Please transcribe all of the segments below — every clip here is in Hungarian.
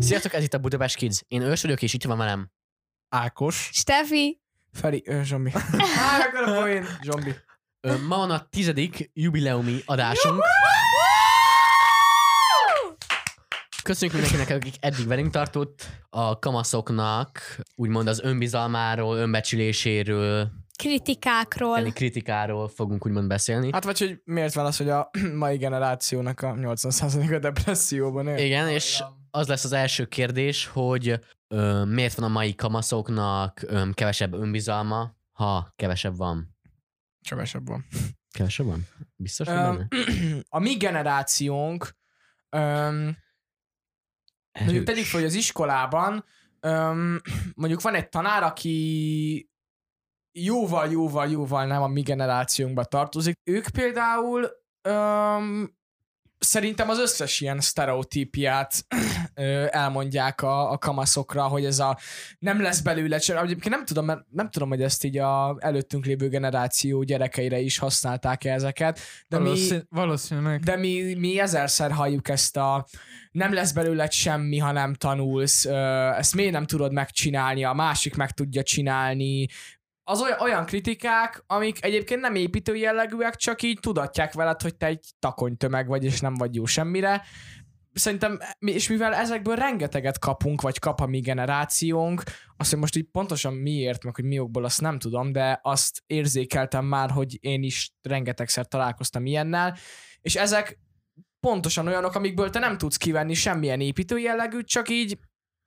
Sziasztok, ez itt a Budapest Kids. Én Ős vagyok, és itt van velem. Ákos. Steffi. Feri, Zsombi. Akkor a poén. Zsombi. Ma van a 10. jubileumi adásunk. Köszönjük mindenkinek, akik eddig velünk tartott. A kamaszoknak úgymond az önbizalmáról, önbecsüléséről, kritikáról fogunk úgymond beszélni. Hát vagy, hogy miért van az, hogy a mai generációnak a 80%-a depresszióban él? Igen, és az lesz az első kérdés, hogy miért van a mai kamaszoknak kevesebb önbizalma, ha kevesebb van? Kevesebb van. Kevesebb van? Biztos, hogy benne? A mi generációnk mondjuk tegyük fel, hogy az iskolában mondjuk van egy tanár, aki jóval nem a mi generációnkba tartozik. Ők például szerintem az összes ilyen sztereotípiát elmondják a kamaszokra, hogy ez a nem lesz belőle, egyébként nem tudom, hogy ezt így a előttünk lévő generáció gyerekeire is használták ezeket, de valószínűleg. De mi ezerszer halljuk ezt a nem lesz belőled semmi, ha nem tanulsz, ezt miért nem tudod megcsinálni, a másik meg tudja csinálni. Az olyan kritikák, amik egyébként nem építő jellegűek, csak így tudatják veled, hogy te egy takonytömeg vagy, és nem vagy jó semmire. Szerintem, és mivel ezekből rengeteget kapunk, vagy kap a mi generációnk, azt, hogy most így pontosan miért, meg hogy mi okból, azt nem tudom, de azt érzékeltem már, hogy én is rengetegszer találkoztam ilyennel, és ezek pontosan olyanok, amikből te nem tudsz kivenni semmilyen építő jellegűt, csak így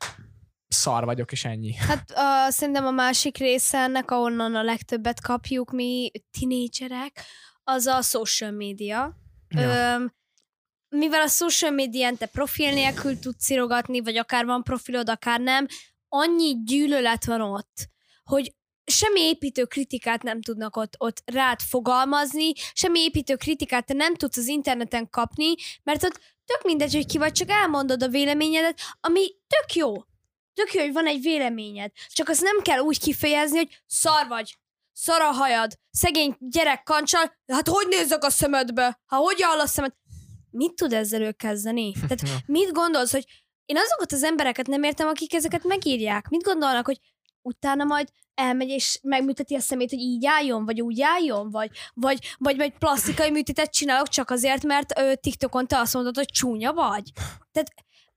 szar vagyok, és ennyi. Hát szerintem a másik része ennek, ahonnan a legtöbbet kapjuk mi tinédzserek, az a social media. Ja. Mivel a social médián te profil nélkül tudsz írogatni, vagy akár van profilod, akár nem, annyi gyűlölet van ott, hogy semmi építő kritikát nem tudnak ott rád fogalmazni, semmi építő kritikát te nem tudsz az interneten kapni, mert ott tök mindegy, hogy ki vagy, csak elmondod a véleményedet, ami tök jó. Tök jó, hogy van egy véleményed. Csak azt nem kell úgy kifejezni, hogy szar vagy, szar a hajad, szegény gyerek kancsal, hát hogy nézzek a szemedbe? Ha hogy áll a szemed? Mit tud ezzel ő kezdeni? Tehát mit gondolsz, hogy én azokat az embereket nem értem, akik ezeket megírják. Mit gondolnak, hogy utána majd elmegy és megműteti a szemét, hogy így álljon, vagy úgy álljon, vagy plastikai műtétet csinálok csak azért, mert TikTokon te azt mondod, hogy csúnya vagy. Tehát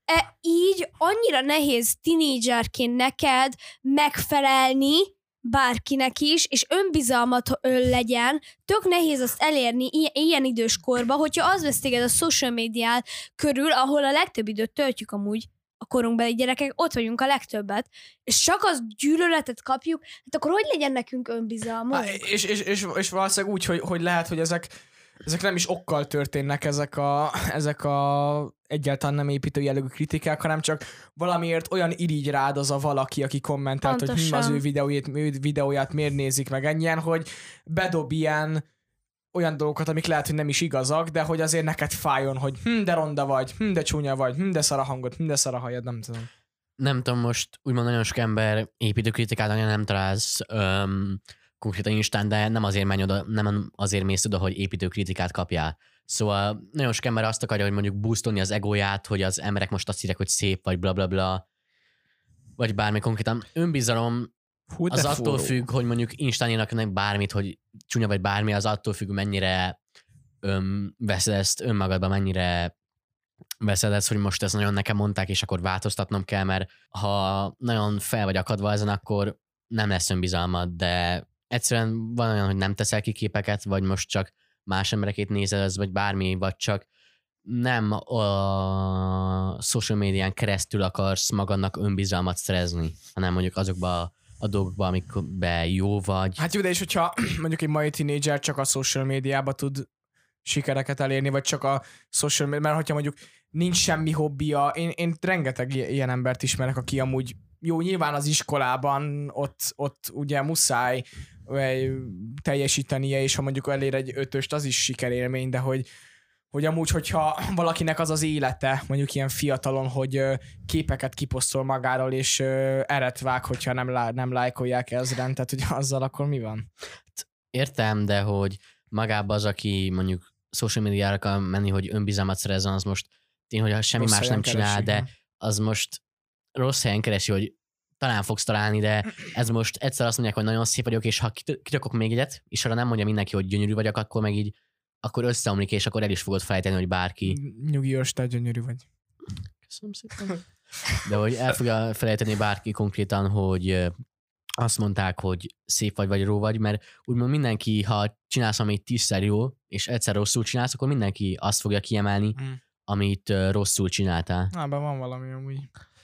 így annyira nehéz tinédzserként neked megfelelni bárkinek is, és önbizalmat legyen, tök nehéz azt elérni ilyen idős korba, hogyha az vesz téged a social médián körül, ahol a legtöbb időt töltjük amúgy a korunkbeli gyerekek, ott vagyunk a legtöbbet, és csak az gyűlöletet kapjuk, hát akkor hogy legyen nekünk önbizalmunk? És valószínűleg úgy, hogy lehet, hogy ezek nem is okkal történnek ezek a egyáltalán nem építő jellegű kritikák, hanem csak valamiért olyan irigy rád az a valaki, aki kommentelt, pontosan, hogy az ő videóját miért nézik meg ennyien, hogy bedob olyan dolgokat, amik lehet, hogy nem is igazak, de hogy azért neked fájjon, hogy de ronda vagy, de csúnya vagy, de szar a hangod, de szar a hajad, nem tudom. Nem tudom, most úgymond nagyon sok ember építő kritikát nem találsz konkrétan Instán, de nem azért mész oda, hogy építő kritikát kapjál. Szóval nagyon sok ember azt akarja, hogy mondjuk boostolni az egóját, hogy az emberek most azt írják, hogy szép, vagy blablabla, bla, bla, vagy bármi konkrétan. Önbizalom az attól függ, hogy mondjuk Instán írnak bármit, hogy csúnya vagy bármi, az attól függ, mennyire veszed ezt önmagadban, mennyire veszed ezt, hogy most ezt nagyon nekem mondták, és akkor változtatnom kell, mert ha nagyon fel vagy akadva ezen, akkor nem lesz önbizalmad, de egyszerűen van olyan, hogy nem teszel ki képeket, vagy most csak más emberekét nézel, vagy bármi, vagy csak nem a social médián keresztül akarsz magadnak önbizalmat szerezni, hanem mondjuk azokba a dolgokba, amikben jó vagy. Hát jó, de és hogyha mondjuk egy mai tínédzser csak a social médiába tud sikereket elérni, vagy csak a social media, mert hogyha mondjuk nincs semmi hobbija, én rengeteg ilyen embert ismerek, aki amúgy jó, nyilván az iskolában ott ugye muszáj teljesítenie, és ha mondjuk elér egy 5-öst, az is sikerélmény, de hogy amúgy, hogyha valakinek az az élete, mondjuk ilyen fiatalon, hogy képeket kiposztol magáról, és eret vág, hogyha nem lájkolják ezren, tehát hogy azzal akkor mi van? Értem, de hogy magában az, aki mondjuk social médiára akar menni, hogy önbizalmat szerezzen, az most én, hogy semmi más nem csinál, de az most rossz helyen keresi, hogy talán fogsz találni, de ez most egyszer azt mondják, hogy nagyon szép vagyok, és ha kirakok még egyet, és arra nem mondja mindenki, hogy gyönyörű vagyok, akkor meg így, akkor összeomlik, és akkor el is fogod felejteni, hogy bárki. Nyugi, Jóstá, gyönyörű vagy. Köszönöm szépen. De hogy el fogja felejteni bárki konkrétan, hogy azt mondták, hogy szép vagy ró vagy, mert úgymond mindenki, ha csinálsz amit 10-szer jó, és egyszer rosszul csinálsz, akkor mindenki azt fogja kiemelni, amit rosszul csináltál. Ebben van valami amúgy.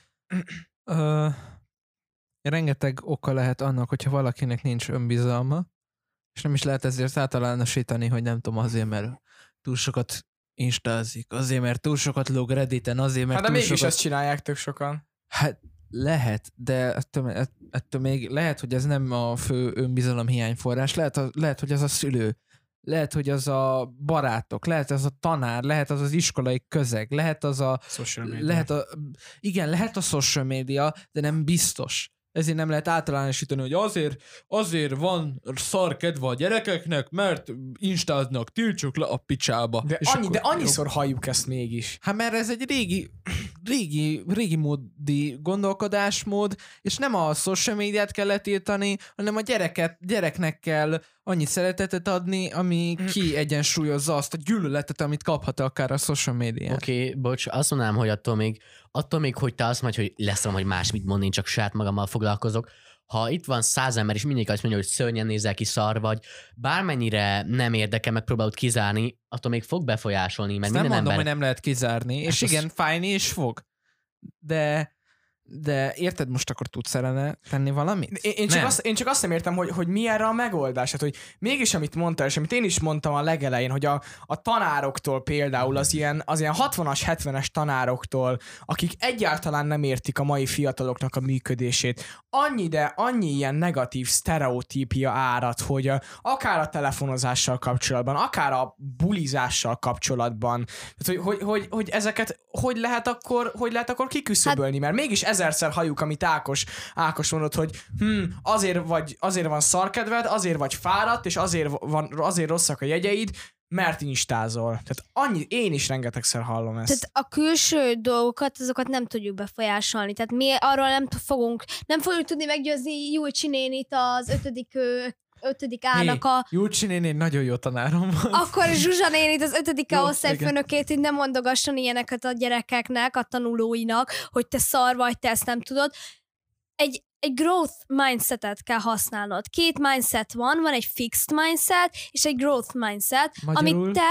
Rengeteg oka lehet annak, hogyha valakinek nincs önbizalma, és nem is lehet ezért általánosítani, hogy nem tudom, azért, mert túl sokat instázik, azért, mert túl sokat lóg Redditen, azért, mert de túl mégis sokat... ezt csinálják tök sokan. Hát lehet, de ettől még lehet, hogy ez nem a fő önbizalom hiányforrás, lehet, hogy az a szülő, lehet, hogy az a barátok, lehet az a tanár, lehet az az iskolai közeg, lehet az a... Social media. Lehet a social media, de nem biztos. Ezért nem lehet általánosítani, hogy azért van szar kedve a gyerekeknek, mert instáznak, tiltsuk le a picsába. De annyiszor halljuk ezt mégis. Hát mert ez egy régi módi gondolkodásmód, és nem a social médiát kell letiltani, hanem a gyereknek kell annyi szeretetet adni, ami kiegyensúlyozza azt a gyűlöletet, amit kaphat akár a social médián. Oké, bocs, azt mondanám, hogy attól még, hogy te azt mondod, hogy lesz hogy más mit mondni, én csak saját magammal foglalkozok. Ha itt van 100 ember, és mindig azt mondja, hogy szörnyen nézel ki, szar vagy, bármennyire nem érdekel, megpróbálod kizárni, attól még fog befolyásolni, mert nem minden mondom, ember... hogy nem lehet kizárni, és igen, fájni is fog. De érted, most akkor tudsz ellene tenni valamit? Én csak azt nem értem, hogy mi erre a megoldás. Hát, hogy mégis amit mondtál, és amit én is mondtam a legelején, hogy a tanároktól például, az ilyen 60-as, 70-es tanároktól, akik egyáltalán nem értik a mai fiataloknak a működését, annyi ilyen negatív sztereotípia árad, hogy akár a telefonozással kapcsolatban, akár a bulizással kapcsolatban, tehát, hogy ezeket hogy lehet akkor kiküszöbölni, mert mégis ezerszer halljuk, amit Ákos mondott, hogy azért van szarkedved, azért vagy fáradt, és azért rosszak a jegyeid, mert instázol. Tehát én is rengetegszer hallom ezt. Tehát a külső dolgokat, azokat nem tudjuk befolyásolni. Tehát mi arról nem fogjuk tudni meggyőzni Julcsi nénit az 5. A-nak a... Julcsi néni nagyon jó tanárom van. Akkor Zsuzsa nénit az 5. A osztályfőnökét, hogy nem mondogasson ilyeneket a gyerekeknek, a tanulóinak, hogy te szar vagy, te ezt nem tudod. Egy growth mindsetet kell használnod. 2 mindset van egy fixed mindset, és egy growth mindset, magyarul? amit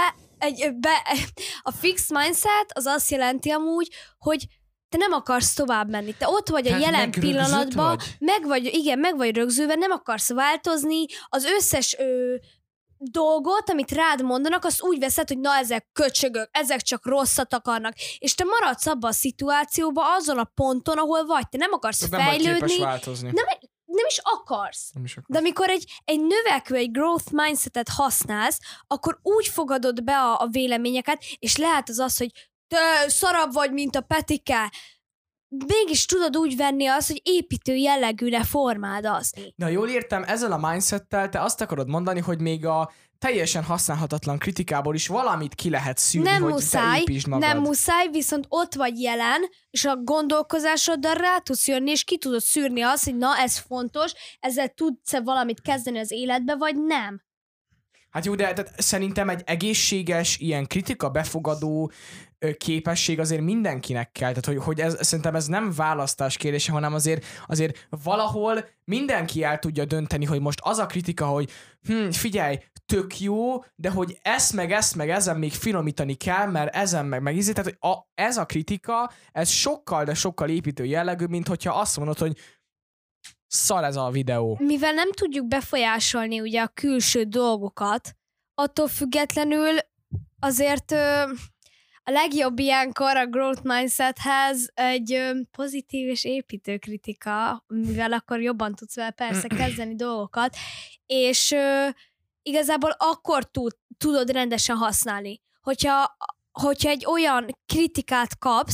a fixed mindset az azt jelenti amúgy, hogy te nem akarsz tovább menni. Te ott vagy a jelen pillanatban, meg vagy rögzülve, nem akarsz változni, az összes dolgot, amit rád mondanak, azt úgy veszed, hogy na ezek köcsögök, ezek csak rosszat akarnak, és te maradsz abban a szituációban, azon a ponton, ahol vagy. Te nem akarsz fejlődni. Nem vagy képes változni. Nem is akarsz. De amikor egy növekvő, egy growth mindsetet használsz, akkor úgy fogadod be a véleményeket, és lehet az, hogy te szarabb vagy, mint a Petike, mégis tudod úgy venni azt, hogy építő jellegűre formáld azt. Na jól értem, ezzel a mindsettel te azt akarod mondani, hogy még a teljesen használhatatlan kritikából is valamit ki lehet szűrni, nem muszáj, viszont ott vagy jelen, és a gondolkozásoddal rá tudsz jönni, és ki tudod szűrni azt, hogy na ez fontos, ezzel tudsz-e valamit kezdeni az életbe, vagy nem. Hát jó, de szerintem egy egészséges, ilyen kritika befogadó képesség azért mindenkinek kell. Tehát, hogy szerintem ez nem választás kérdése, hanem azért valahol mindenki el tudja dönteni, hogy most az a kritika, hogy figyelj, tök jó, de hogy ezt meg ezen még finomítani kell, mert ezen meg ízé. Tehát, hogy ez a kritika, ez sokkal, de sokkal építő jellegű, mint hogyha azt mondod, hogy szar ez a videó. Mivel nem tudjuk befolyásolni ugye a külső dolgokat, attól függetlenül azért a legjobb ilyenkor a growth mindsethez egy pozitív és építő kritika, mivel akkor jobban tudsz vele persze kezdeni dolgokat, és igazából akkor tudod rendesen használni. Hogyha egy olyan kritikát kapsz,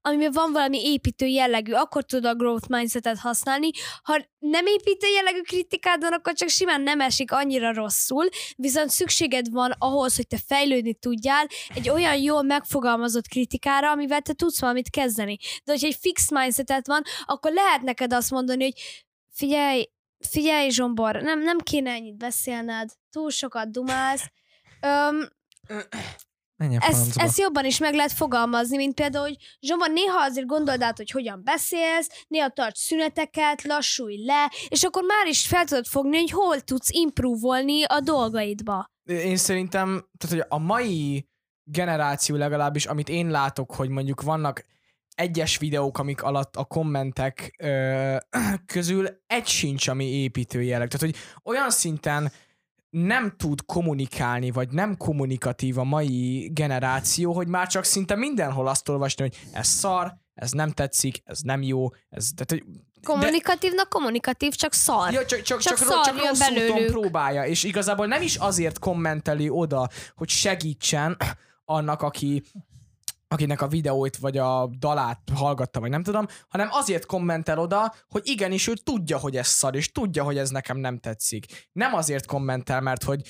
amiben van valami építő jellegű, akkor tudod a growth mindsetet használni. Ha nem építő jellegű kritikád van, akkor csak simán nem esik annyira rosszul, viszont szükséged van ahhoz, hogy te fejlődni tudjál egy olyan jól megfogalmazott kritikára, amivel te tudsz valamit kezdeni. De hogyha egy fix mindsetet van, akkor lehet neked azt mondani, hogy figyelj Zsombor, nem kéne ennyit beszélned, túl sokat dumálsz. Ezt jobban is meg lehet fogalmazni, mint például, hogy Zsombor, néha azért gondold át, hogy hogyan beszélsz, néha tarts szüneteket, lassulj le, és akkor már is fel tudod fogni, hogy hol tudsz improve-olni a dolgaidba. Én szerintem, tehát hogy a mai generáció legalábbis, amit én látok, hogy mondjuk vannak egyes videók, amik alatt a kommentek közül egy sincs, ami építő jelleg. Tehát, hogy olyan szinten nem tud kommunikálni, vagy nem kommunikatív a mai generáció, hogy már csak szinte mindenhol azt olvasni, hogy ez szar, ez nem tetszik, ez nem jó, tehát, hogy kommunikatív, csak szar. Ja, csak szar rossz úton próbálja, és igazából nem is azért kommenteli oda, hogy segítsen annak, akinek a videóit vagy a dalát hallgatta, vagy nem tudom, hanem azért kommentel oda, hogy igenis ő tudja, hogy ez szar, és tudja, hogy ez nekem nem tetszik. Nem azért kommentel, mert hogy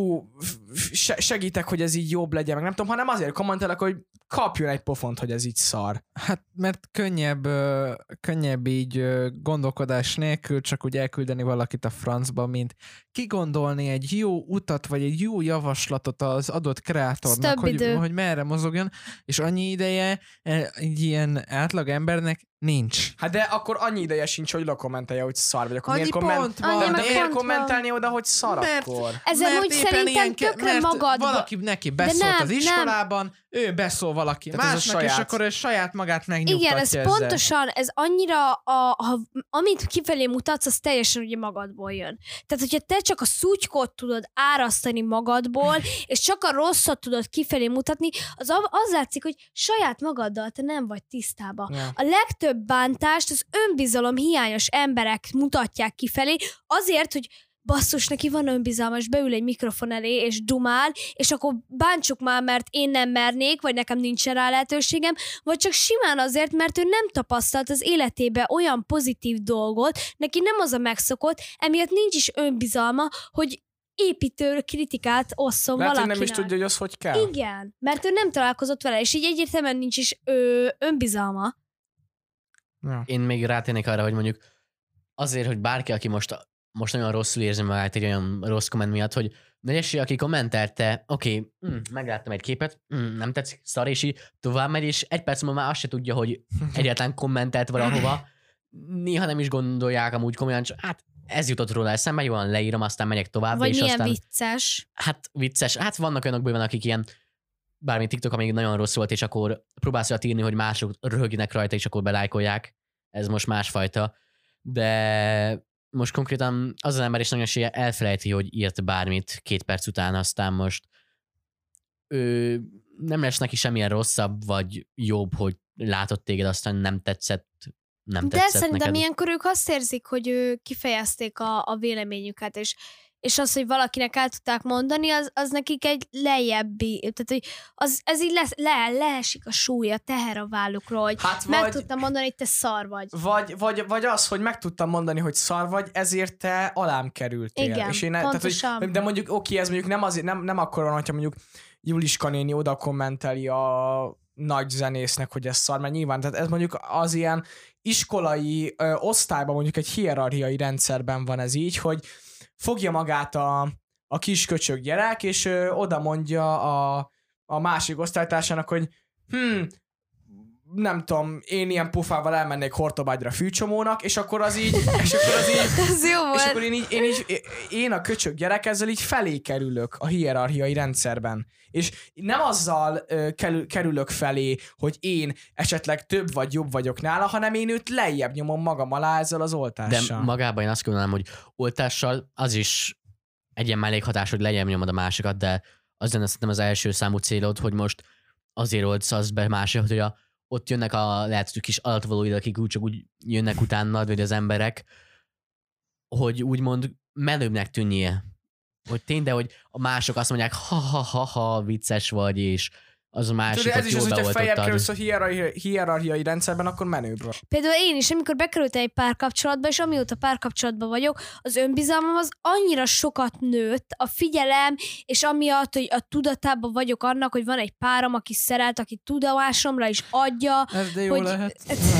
segítek, hogy ez így jobb legyen, meg nem tudom, hanem azért kommentelek, hogy kapjon egy pofont, hogy ez így szar. Hát mert könnyebb így gondolkodás nélkül csak úgy elküldeni valakit a francba, mint kigondolni egy jó utat, vagy egy jó javaslatot az adott kreátornak, hogy merre mozogjon, és annyi ideje egy ilyen átlag embernek nincs. Hát de akkor annyi ideje sincs, hogy kommentelje, hogy szar vagy. Akkor miért kommentelni oda, hogy szar akkor? Ezzel úgy szerintem tökre magadba. Valaki neki beszólt az iskolában, ő beszól valaki tehát másnak, és akkor ő saját magát megnyugtatja. Igen, ez pontosan, ez annyira, amit kifelé mutatsz, az teljesen ugye magadból jön. Tehát, hogyha te csak a szutykot tudod árasztani magadból, és csak a rosszat tudod kifelé mutatni, az látszik, hogy saját magaddal te nem vagy tisztában. Yeah. A legtöbb bántást az önbizalom hiányos emberek mutatják kifelé, azért, hogy basszus, neki van önbizalma, és beül egy mikrofon elé, és dumál, és akkor bántsuk már, mert én nem mernék, vagy nekem nincsen rá lehetőségem, vagy csak simán azért, mert ő nem tapasztalt az életébe olyan pozitív dolgot, neki nem az a megszokott, emiatt nincs is önbizalma, hogy építő kritikát osszon valakinek. Nem is tudja, hogy az hogy kell. Igen, mert ő nem találkozott vele, és így egyértelműen nincs is önbizalma. Ja. Én még rátérnék arra, hogy mondjuk azért, hogy bárki, aki most nagyon rosszul érzi magát egy olyan rossz komment miatt, hogy negyessé, aki kommentelte, oké, megláttam egy képet, nem tetszik, szar, és így tovább megy, és egy perc múlva már azt se tudja, hogy egyáltalán kommentelt valahova. Néha nem is gondolják amúgy komolyan, csak hát ez jutott róla eszembe, jól leírom, aztán megyek tovább. Vagy és milyen aztán, vicces. Hát vicces. Hát vannak olyanok bőven, akik ilyen bármi TikTok, amíg nagyon rossz volt, és akkor próbálsz olyat írni, hogy mások röhögnek rajta, és akkor belájkolják. Ez most másfajta. De most konkrétan az ember is nagyon esélye elfelejti, hogy írt bármit 2 perc után, aztán most nem lesz neki semmilyen rosszabb, vagy jobb, hogy látott téged, aztán nem tetszett De szerintem neked. Ilyenkor ők azt érzik, hogy kifejezték a véleményüket, és az, hogy valakinek el tudták mondani, az nekik egy lejjebbi, tehát hogy ez így leesik a súly, a teher a vállukról, hogy meg tudtam mondani, hogy te szar vagy. Vagy az, hogy meg tudtam mondani, hogy szar vagy, ezért te alám kerültél. Igen, és pontosan. Tehát, hogy, de mondjuk oké, ez mondjuk nem akkor van, hogyha mondjuk Juliska néni oda kommenteli a nagy zenésznek, hogy ez szar, mert nyilván, tehát ez mondjuk az ilyen iskolai osztályban, mondjuk egy hierarchiai rendszerben van ez így, hogy fogja magát a kis köcsög gyerek, és oda mondja a másik osztálytársának, hogy nem tudom, én ilyen pufával elmennék Hortobágyra fűcsomónak, és akkor az így, ez jó volt. És akkor én a köcsög gyerek ezzel így felé kerülök a hierarchiai rendszerben. És nem azzal kerülök felé, hogy én esetleg több vagy jobb vagyok nála, hanem én őt lejjebb nyomom magam alá ezzel az oltással. De magában én azt gondolom, hogy oltással az is egy ilyen mellékhatás, hogy lejjebb nyomod a másikat, de az lenne szerintem az első számú célod, hogy most azért oltasz be másikat, hogy ott jönnek lehet, hogy kis alatvalóid, akik csak úgy jönnek utánad, vagy az emberek, hogy úgymond menőbbnek tűnjél. Hogy tényleg, hogy a mások azt mondják, ha, vicces vagy, és az a másik, Tudod, ez hogy is az, jól hogyha feljebb beoltottad. kerülsz a hierarchiai rendszerben, akkor menőbb. Például én is, amikor bekerültem egy párkapcsolatba, és amióta párkapcsolatban vagyok, az önbizalmam az annyira sokat nőtt, a figyelem, és amiatt, hogy a tudatában vagyok annak, hogy van egy párom, aki szeret, aki tudomásomra is adja. Ez de jó hogy... lehet.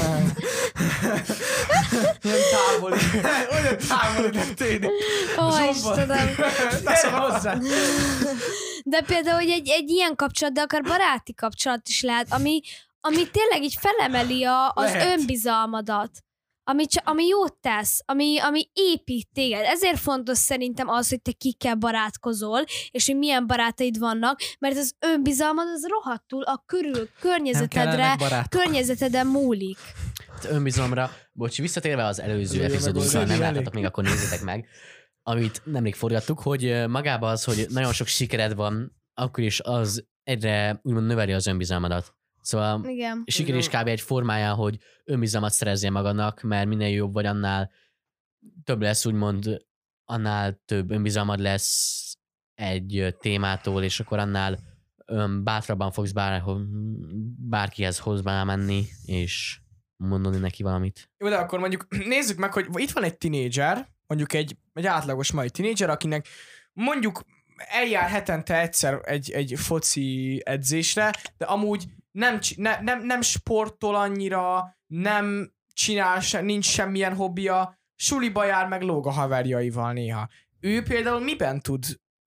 Ilyen távoli. Olyan távoli nem tűnik. Ó, Istenem. Gyere hozzá. De például, hogy egy ilyen kapcsolat, de akár baráti kapcsolat is lehet, ami tényleg így felemeli az Lehet. önbizalmadat. Ami jót tesz, ami épít téged. Ezért fontos szerintem az, hogy te kikkel barátkozol, és hogy milyen barátaid vannak, mert az önbizalmad az rohadtul a környezeteden múlik. Önbizalomra, bocs, visszatérve az előző epizódunkra, nem láttátok még, akkor nézzétek meg, amit nemrég forgattuk, hogy magában az, hogy nagyon sok sikered van, akkor is az egyre úgymond növeli az önbizalmadat. Szóval Igen. siker is kb. Egy formája, hogy önbizalmat szerezzél magadnak, mert minél jobb vagy, annál több lesz, úgymond, annál több önbizalmad lesz egy témától, és akkor annál bátrabban fogsz bárkihez hozzá menni, és mondani neki valamit. Jó, de akkor mondjuk nézzük meg, hogy itt van egy tinédzser, mondjuk egy átlagos mai tinédzser, akinek mondjuk eljár hetente egyszer egy foci edzésre, de amúgy nem sportol annyira, nem csinál, nincs semmilyen hobbija, suliba jár, meg lóg a haverjaival néha. Ő például miben tud,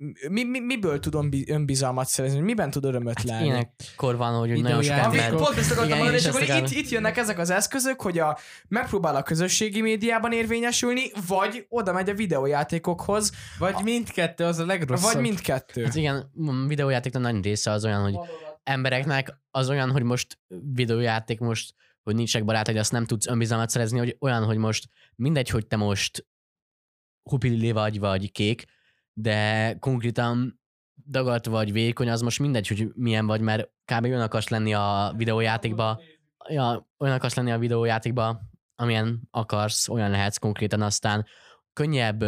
miből tud önbizalmat szerezni, miben tud örömöt lelni? Ilyenekkor van, hogy nagyon sok ember... Pont ezt akartam mondani, és akkor Igen. itt jönnek ezek az eszközök, hogy megpróbál a közösségi médiában érvényesülni, vagy oda megy a videójátékokhoz, Vagy mindkettő, az a legrosszabb. vagy mindkettő. Hát igen, videójátéknak nagy része az olyan, hogy embereknek az olyan, hogy most videójáték most, hogy nincsenek barátaid, azt nem tudsz önbizalmat szerezni, hogy olyan, hogy most mindegy, hogy te most hupilili vagy kék, de konkrétan dagadt vagy vékony, az most mindegy, hogy milyen vagy, mert kb. Olyan akarsz lenni a videójátékba, olyan akarsz lenni a videójátékba, amilyen akarsz, olyan lehetsz konkrétan, aztán könnyebb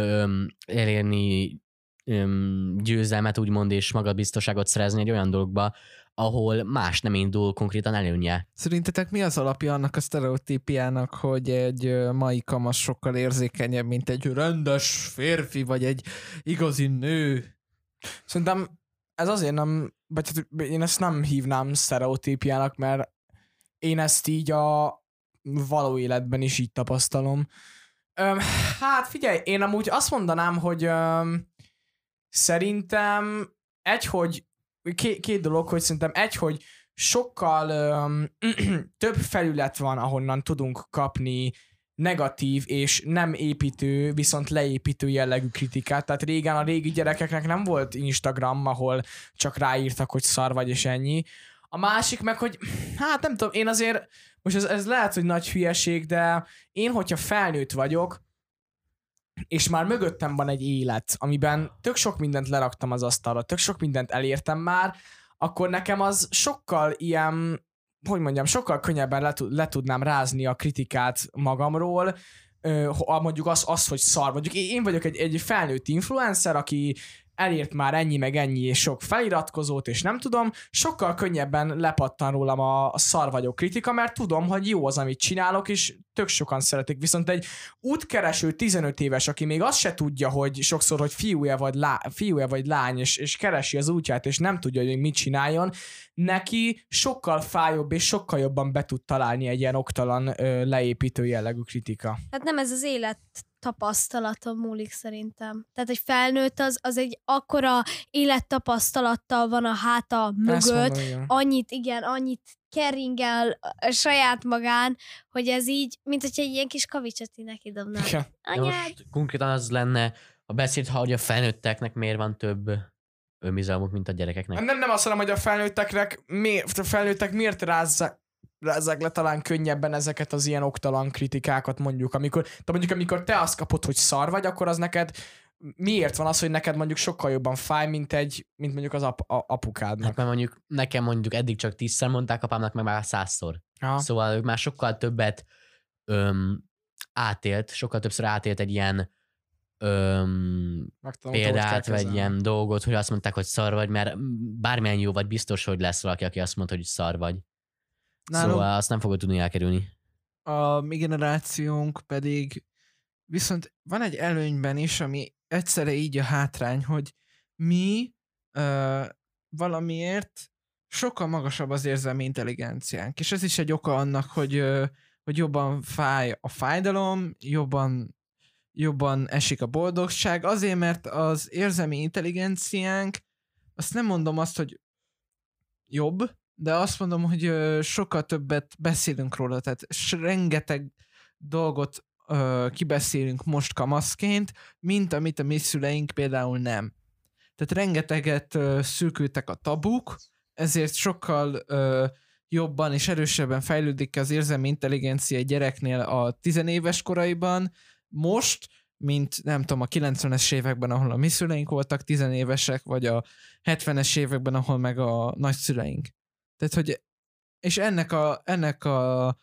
elérni győzelmet úgymond, és magabiztosságot szerezni egy olyan dologba, ahol más nem indul konkrétan előnye. Szerintetek mi az alapja annak a sztereotípiának, hogy egy mai kamasz sokkal érzékenyebb, mint egy rendes férfi, vagy egy igazi nő? Szerintem ez azért nem, vagy én ezt nem hívnám sztereotípiának, mert én ezt így a való életben is így tapasztalom. Hát figyelj, én amúgy azt mondanám, hogy szerintem két dolog, hogy szerintem hogy sokkal több felület van, ahonnan tudunk kapni negatív és nem építő, viszont leépítő jellegű kritikát. Tehát régen a régi gyerekeknek nem volt Instagram, ahol csak ráírtak, hogy szar vagy és ennyi. A másik meg, hogy hát nem tudom, én azért, most ez lehet, hogy nagy hülyeség, de én, hogyha felnőtt vagyok, és már mögöttem van egy élet, amiben tök sok mindent leraktam az asztalra, tök sok mindent elértem már, akkor nekem az sokkal ilyen, hogy mondjam, sokkal könnyebben le tudnám rázni a kritikát magamról, mondjuk az, hogy szar. Mondjuk én vagyok egy felnőtt influencer, aki elért már ennyi meg ennyi és sok feliratkozót, és nem tudom, sokkal könnyebben lepattan rólam a szar vagyok kritika, mert tudom, hogy jó az, amit csinálok, és tök sokan szeretik. Viszont egy útkereső 15 éves, aki még azt se tudja, hogy sokszor, hogy fiúja vagy lány, és keresi az útját, és nem tudja, hogy mit csináljon, neki sokkal fájóbb, és sokkal jobban be tud találni egy ilyen oktalan, leépítő jellegű kritika. Hát nem ez az élet tapasztalata múlik szerintem. Tehát egy felnőtt az egy akkora élettapasztalattal van a háta mögött, annyit keringel saját magán, hogy ez így, mint hogyha egy ilyen kis kavicsot így neki dobnak. Igen. Most konkrétan az lenne a beszéd, hogy a felnőtteknek miért van több önbizalmuk, mint a gyerekeknek. Nem azt mondom, hogy a felnőttek miért rázzák le talán könnyebben ezeket az ilyen oktalan kritikákat mondjuk, amikor te azt kapod, hogy szar vagy, akkor az neked miért van az, hogy neked mondjuk sokkal jobban fáj, mint mondjuk az apukádnak? Hát mert mondjuk nekem eddig csak 10-szer mondták, apámnak meg már 100-szor. Aha. Szóval ők már sokkal többet sokkal többször átélt egy ilyen példát, vagy ilyen dolgot, hogy azt mondták, hogy szar vagy, mert bármilyen jó vagy, biztos, hogy lesz valaki, aki azt mondta, hogy szar vagy. Szóval azt nem fogod tudni elkerülni. A mi generációnk pedig viszont van egy előnyben is, ami egyszerre így a hátrány, hogy mi valamiért sokkal magasabb az érzelmi intelligenciánk, és ez is egy oka annak, hogy jobban fáj a fájdalom, jobban esik a boldogság, azért, mert az érzelmi intelligenciánk, azt nem mondom azt, hogy jobb, de azt mondom, hogy sokkal többet beszélünk róla, tehát rengeteg dolgot kibeszélünk most kamaszként, mint amit a mi szüleink például nem. Tehát rengeteget szűkültek a tabuk, ezért sokkal jobban és erősebben fejlődik az érzelmi intelligencia egy gyereknél a 10 éves koraiban, most, mint nem tudom, a 90-es években, ahol a mi szüleink voltak 10 évesek, vagy a 70-es években, ahol meg a nagyszüleink. Tehát, hogy és ennek a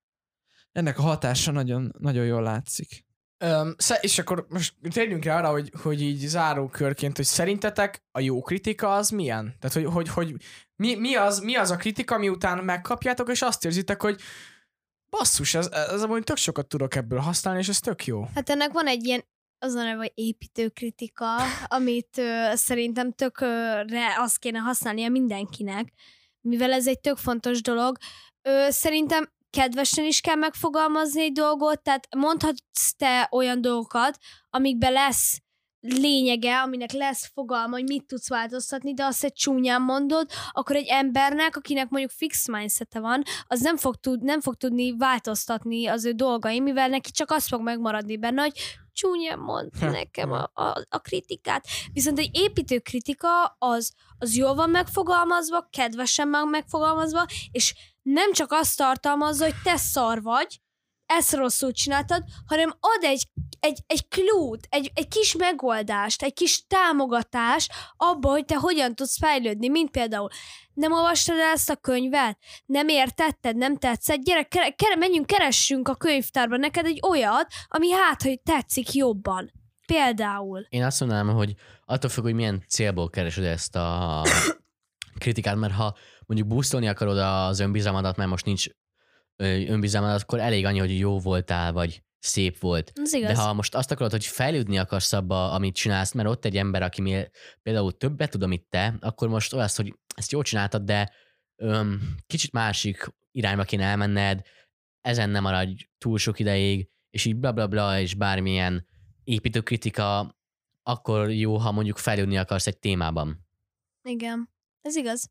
hatása nagyon, nagyon jól látszik. És akkor most térjünk rá arra, hogy így zárókörként, hogy szerintetek a jó kritika az milyen? Tehát, hogy mi az a kritika, miután megkapjátok, és azt érzitek, hogy basszus, ez amúgy tök sokat tudok ebből használni, és ez tök jó. Hát ennek van egy ilyen, az a neve, hogy építőkritika, amit szerintem tökre azt kéne használnia mindenkinek, mivel ez egy tök fontos dolog. Szerintem kedvesen is kell megfogalmazni egy dolgot, tehát mondhatsz te olyan dolgokat, amikben lesz lényege, aminek lesz fogalma, hogy mit tudsz változtatni, de azt egy csúnyán mondod, akkor egy embernek, akinek mondjuk fix mindsete van, az nem fog tudni változtatni az ő dolgai, mivel neki csak az fog megmaradni benne, hogy csúnyán mond nekem a kritikát. Viszont egy építő kritika az jól van megfogalmazva, kedvesen megfogalmazva, és nem csak azt tartalmazza, hogy te szar vagy, ezt rosszul csináltad, hanem ad egy clue-t, egy kis megoldást, egy kis támogatást abba, hogy te hogyan tudsz fejlődni, mint például nem olvastad el ezt a könyvet, nem értetted, nem tetszett, gyere, menjünk, keressünk a könyvtárban neked egy olyat, ami hogy tetszik jobban. Például. Én azt mondanám, hogy attól függ, hogy milyen célból keresed ezt a kritikát, mert ha mondjuk boostolni akarod az önbizalmadat, mert most nincs önbizalmadat, akkor elég annyi, hogy jó voltál, vagy szép volt. De ha most azt akarod, hogy fejlődni akarsz abba, amit csinálsz, mert ott egy ember, aki például többet tud, mint te, akkor most olyan, hogy ezt jól csináltad, de kicsit másik irányba kéne elmenned, ezen nem maradj túl sok ideig, és így bla bla bla, és bármilyen építőkritika, akkor jó, ha mondjuk fejlődni akarsz egy témában. Igen, ez igaz.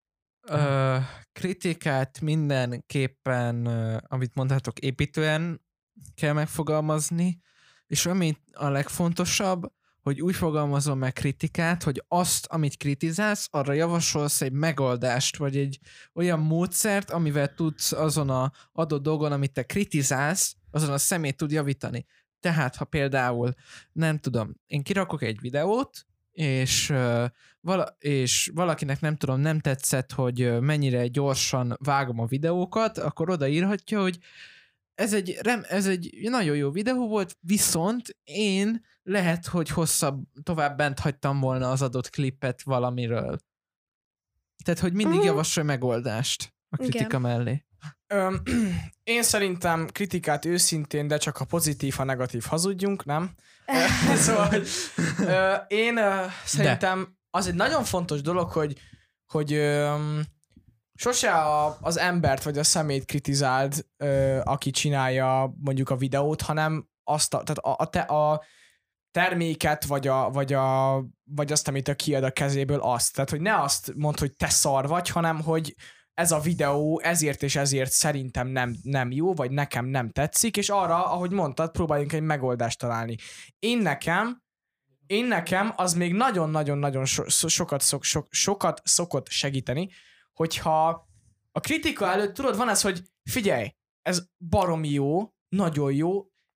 Kritikát mindenképpen, amit mondhatok, építően kell megfogalmazni, és ami a legfontosabb, hogy úgy fogalmazom meg kritikát, hogy azt, amit kritizálsz, arra javasolsz egy megoldást, vagy egy olyan módszert, amivel tudsz azon a adott dolgon, amit te kritizálsz, azon a szemét tud javítani. Tehát, ha például, nem tudom, én kirakok egy videót, és valakinek nem tetszett, hogy mennyire gyorsan vágom a videókat, akkor odaírhatja, hogy ez egy nagyon jó videó volt, viszont én lehet, hogy tovább bent hagytam volna az adott klippet valamiről. Tehát, hogy mindig javasolj megoldást a kritika mellé. Én szerintem kritikát őszintén, de csak a pozitív, ha negatív hazudjunk, nem? Szóval, hogy én szerintem az egy nagyon fontos dolog, hogy sose az embert vagy a szemét kritizáld, aki csinálja mondjuk a videót, hanem a terméket, vagy azt, amit a kiad a kezéből azt. Tehát, hogy ne azt mondd, hogy te szar vagy, hanem, hogy ez a videó ezért és ezért szerintem nem jó, vagy nekem nem tetszik, és arra, ahogy mondtad, próbáljunk egy megoldást találni. Én nekem az még nagyon-nagyon-nagyon sokat szokott segíteni, hogyha a kritika előtt, tudod, van ez, hogy figyelj, ez baromi jó, nagyon jó,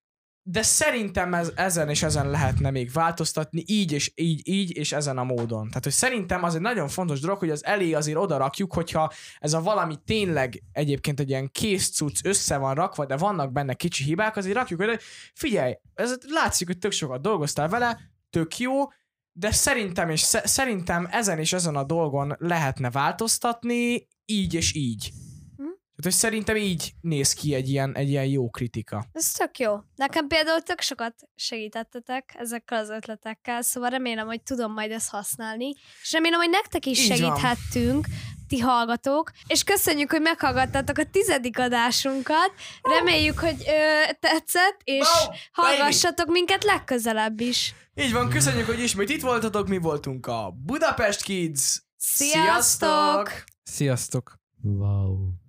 de szerintem ezen lehetne még változtatni, így és ezen a módon. Tehát, hogy szerintem az egy nagyon fontos dolog, hogy az elé azért oda rakjuk, hogyha ez a valami tényleg egyébként egy ilyen kész cucc össze van rakva, de vannak benne kicsi hibák, azért rakjuk oda, hogy figyelj, ez látszik, hogy tök sokat dolgoztál vele, tök jó, de szerintem ezen és ezen a dolgon lehetne változtatni, így és így. Tehát, hogy szerintem így néz ki egy ilyen jó kritika. Ez tök jó. Nekem például tök sokat segítettetek ezekkel az ötletekkel, szóval remélem, hogy tudom majd ezt használni, és remélem, hogy nektek is így segíthettünk, ti hallgatók, és köszönjük, hogy meghallgattátok a 10. adásunkat. Reméljük, hogy tetszett, és hallgassatok minket legközelebb is. Így van, köszönjük, hogy ismét itt voltatok, mi voltunk a Budapest Kids. Sziasztok! Sziasztok! Wow.